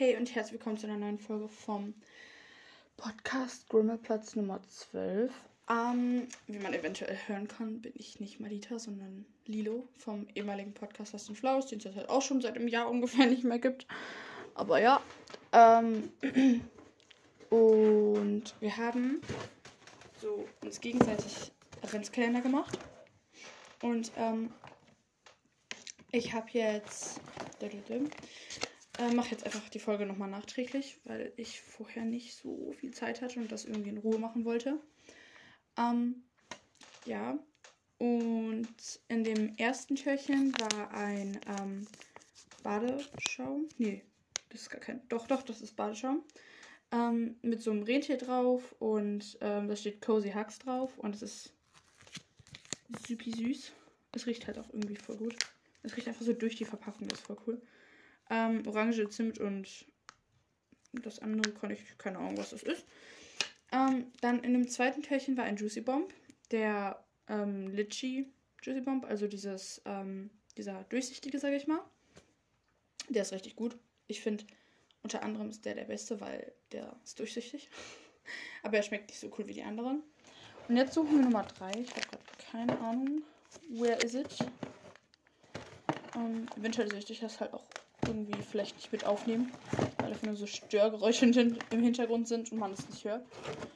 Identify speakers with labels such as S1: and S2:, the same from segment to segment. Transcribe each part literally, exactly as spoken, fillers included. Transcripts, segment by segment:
S1: Hey und herzlich willkommen zu einer neuen Folge vom Podcast Grimmelplatz Nummer zwölf. Ähm, wie man eventuell hören kann, bin ich nicht Madita, sondern Lilo vom ehemaligen Podcast Fast and Flowers, den es halt auch schon seit einem Jahr ungefähr nicht mehr gibt. Aber ja, ähm, und wir haben so uns gegenseitig Adventskalender gemacht. Und ähm, ich habe jetzt... Äh, mache jetzt einfach die Folge nochmal nachträglich, weil ich vorher nicht so viel Zeit hatte und das irgendwie in Ruhe machen wollte. Ähm, ja. Und in dem ersten Türchen war ein ähm, Badeschaum. Nee, das ist gar kein... Doch, doch, das ist Badeschaum. Ähm, mit so einem Rentier drauf und ähm, da steht Cozy Hugs drauf und es ist super süß. Es riecht halt auch irgendwie voll gut. Es riecht einfach so durch die Verpackung, das ist voll cool. Ähm, Orange, Zimt und das andere kann ich, keine Ahnung, was das ist. Ähm, dann in dem zweiten Türchen war ein Juicy Bomb, der ähm, Litchi Juicy Bomb, also dieses, ähm, dieser durchsichtige, sage ich mal. Der ist richtig gut. Ich finde, unter anderem ist der der beste, weil der ist durchsichtig. Aber er schmeckt nicht so cool wie die anderen. Und jetzt suchen wir Nummer drei. Ich habe gerade keine Ahnung. Where is it? Ähm, eventuell sehe ich das halt auch irgendwie vielleicht nicht mit aufnehmen, weil dafür nur so Störgeräusche im Hintergrund sind und man es nicht hört.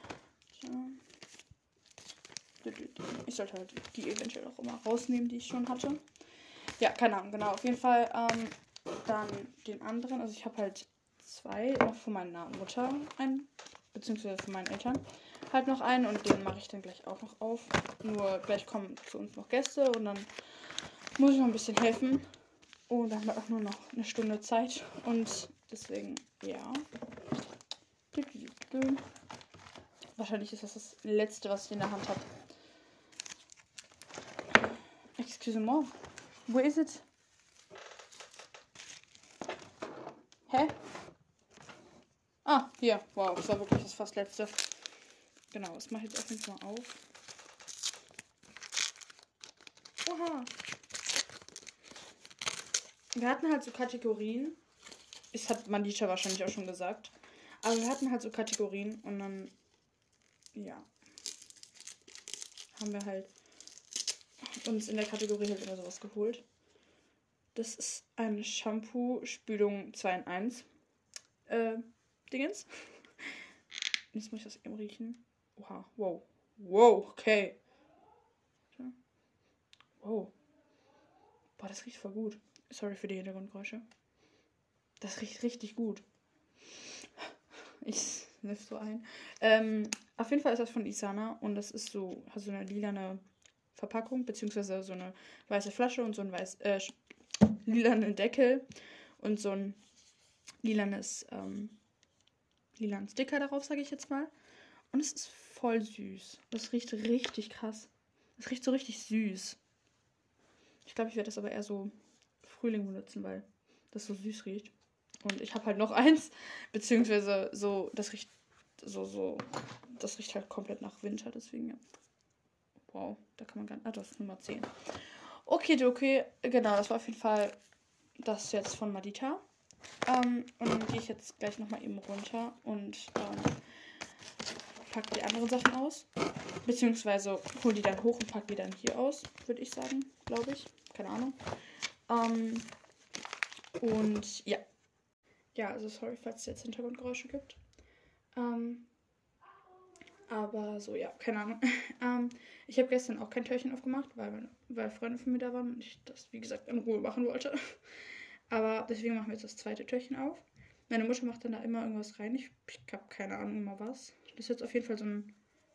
S1: Ich sollte halt die eventuell auch immer rausnehmen, die ich schon hatte. Ja, keine Ahnung, genau. Auf jeden Fall ähm, dann den anderen. Also ich habe halt zwei, noch von meiner Mutter einen, beziehungsweise von meinen Eltern halt noch einen und den mache ich dann gleich auch noch auf. Nur gleich kommen zu uns noch Gäste und dann muss ich noch ein bisschen helfen. Und dann haben wir auch nur noch eine Stunde Zeit. Und deswegen, ja. Wahrscheinlich ist das das letzte, was ich in der Hand habe. Excuse-moi. Where is it? Hä? Ah, hier. Wow, das war wirklich das fast letzte. Genau, das mache ich jetzt auf jeden Fall mal auf. Oha. Wir hatten halt so Kategorien. Das hat Mandisha wahrscheinlich auch schon gesagt. Aber wir hatten halt so Kategorien und dann, ja, haben wir halt uns in der Kategorie halt immer sowas geholt. Das ist eine Shampoo-Spülung zwei in eins. Äh, Dingens. Jetzt muss ich das eben riechen. Oha, wow. Wow, okay. Wow. Boah, das riecht voll gut. Sorry für die Hintergrundgeräusche. Das riecht richtig gut. Ich sniff so ein. Ähm, auf jeden Fall ist das von Isana und das ist so, hat so eine lilane Verpackung, beziehungsweise so eine weiße Flasche und so ein weiß, äh, lilanen Deckel und so ein lilanes, ähm, lilanen Sticker darauf, sage ich jetzt mal. Und es ist voll süß. Das riecht richtig krass. Es riecht so richtig süß. Ich glaube, ich werde das aber eher so Frühling benutzen, weil das so süß riecht. Und ich habe halt noch eins, beziehungsweise so, das riecht so, so, das riecht halt komplett nach Winter, deswegen, ja. Wow, da kann man gar nicht, ah, das ist Nummer zehn. Okay, okay, genau, das war auf jeden Fall das jetzt von Madita. Ähm, und dann gehe ich jetzt gleich nochmal eben runter und ähm, packe die anderen Sachen aus. Beziehungsweise hole die dann hoch und packe die dann hier aus, würde ich sagen, glaube ich. Keine Ahnung. Ähm, und ja. Ja, also sorry, falls es jetzt Hintergrundgeräusche gibt. Ähm, aber so, ja, keine Ahnung. ähm, ich habe gestern auch kein Türchen aufgemacht, weil, weil Freunde von mir da waren und ich das, wie gesagt, in Ruhe machen wollte. Aber deswegen machen wir jetzt das zweite Türchen auf. Meine Mutter macht dann da immer irgendwas rein. Ich, ich habe keine Ahnung immer was. Das ist jetzt auf jeden Fall so ein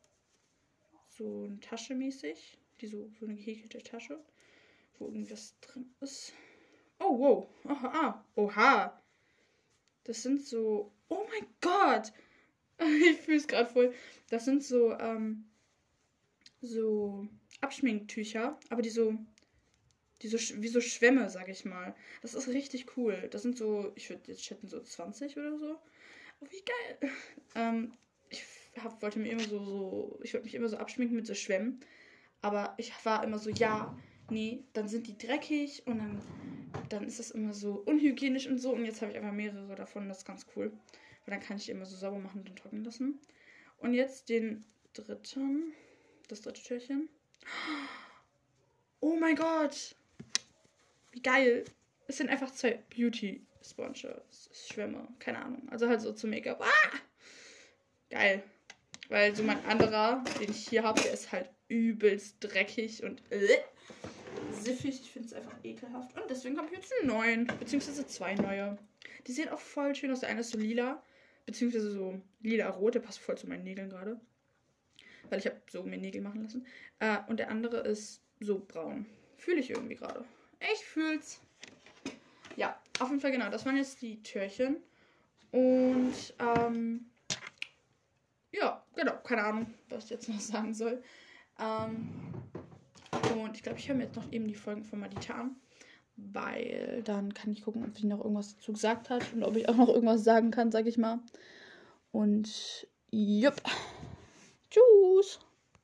S1: so eine Tasche mäßig. Die so, so eine gehäkelte Tasche, wo irgendwas drin ist. Oh, wow. Aha, ah. Oha. Das sind so... Oh mein Gott. Ich fühle es gerade voll. Das sind so, ähm, so Abschminktücher, aber die so, die so, wie so Schwämme, sag ich mal. Das ist richtig cool. Das sind so, ich würde jetzt schätzen, so zwanzig oder so. Oh, wie geil. Ähm, ich hab, wollte mir immer so, so, ich wollte mich immer so abschminken mit so Schwämmen. Aber ich war immer so, ja, nee, dann sind die dreckig und dann, dann ist das immer so unhygienisch und so. Und jetzt habe ich einfach mehrere davon, das ist ganz cool. Weil dann kann ich die immer so sauber machen und dann trocknen lassen. Und jetzt den dritten, das dritte Türchen. Oh mein Gott! Wie geil! Es sind einfach zwei Beauty-Sponges, Schwämme, keine Ahnung. Also halt so zum Make-up. Ah! Geil. Weil so mein anderer, den ich hier habe, der ist halt übelst dreckig und äh, siffig. Ich finde es einfach ekelhaft. Und deswegen habe ich jetzt einen neuen, beziehungsweise zwei neue. Die sehen auch voll schön aus. Der eine ist so lila, beziehungsweise so lila-rot. Der passt voll zu meinen Nägeln gerade. Weil ich habe so mir Nägel machen lassen. Äh, und der andere ist so braun. Fühle ich irgendwie gerade. Ich fühl's. Ja, auf jeden Fall genau. Das waren jetzt die Türchen. Und, ähm, ja, genau. Keine Ahnung, was ich jetzt noch sagen soll. Ähm, und ich glaube, ich höre mir jetzt noch eben die Folgen von Madita an. Weil dann kann ich gucken, ob sie noch irgendwas dazu gesagt hat. Und ob ich auch noch irgendwas sagen kann, sag ich mal. Und, jupp. Tschüss.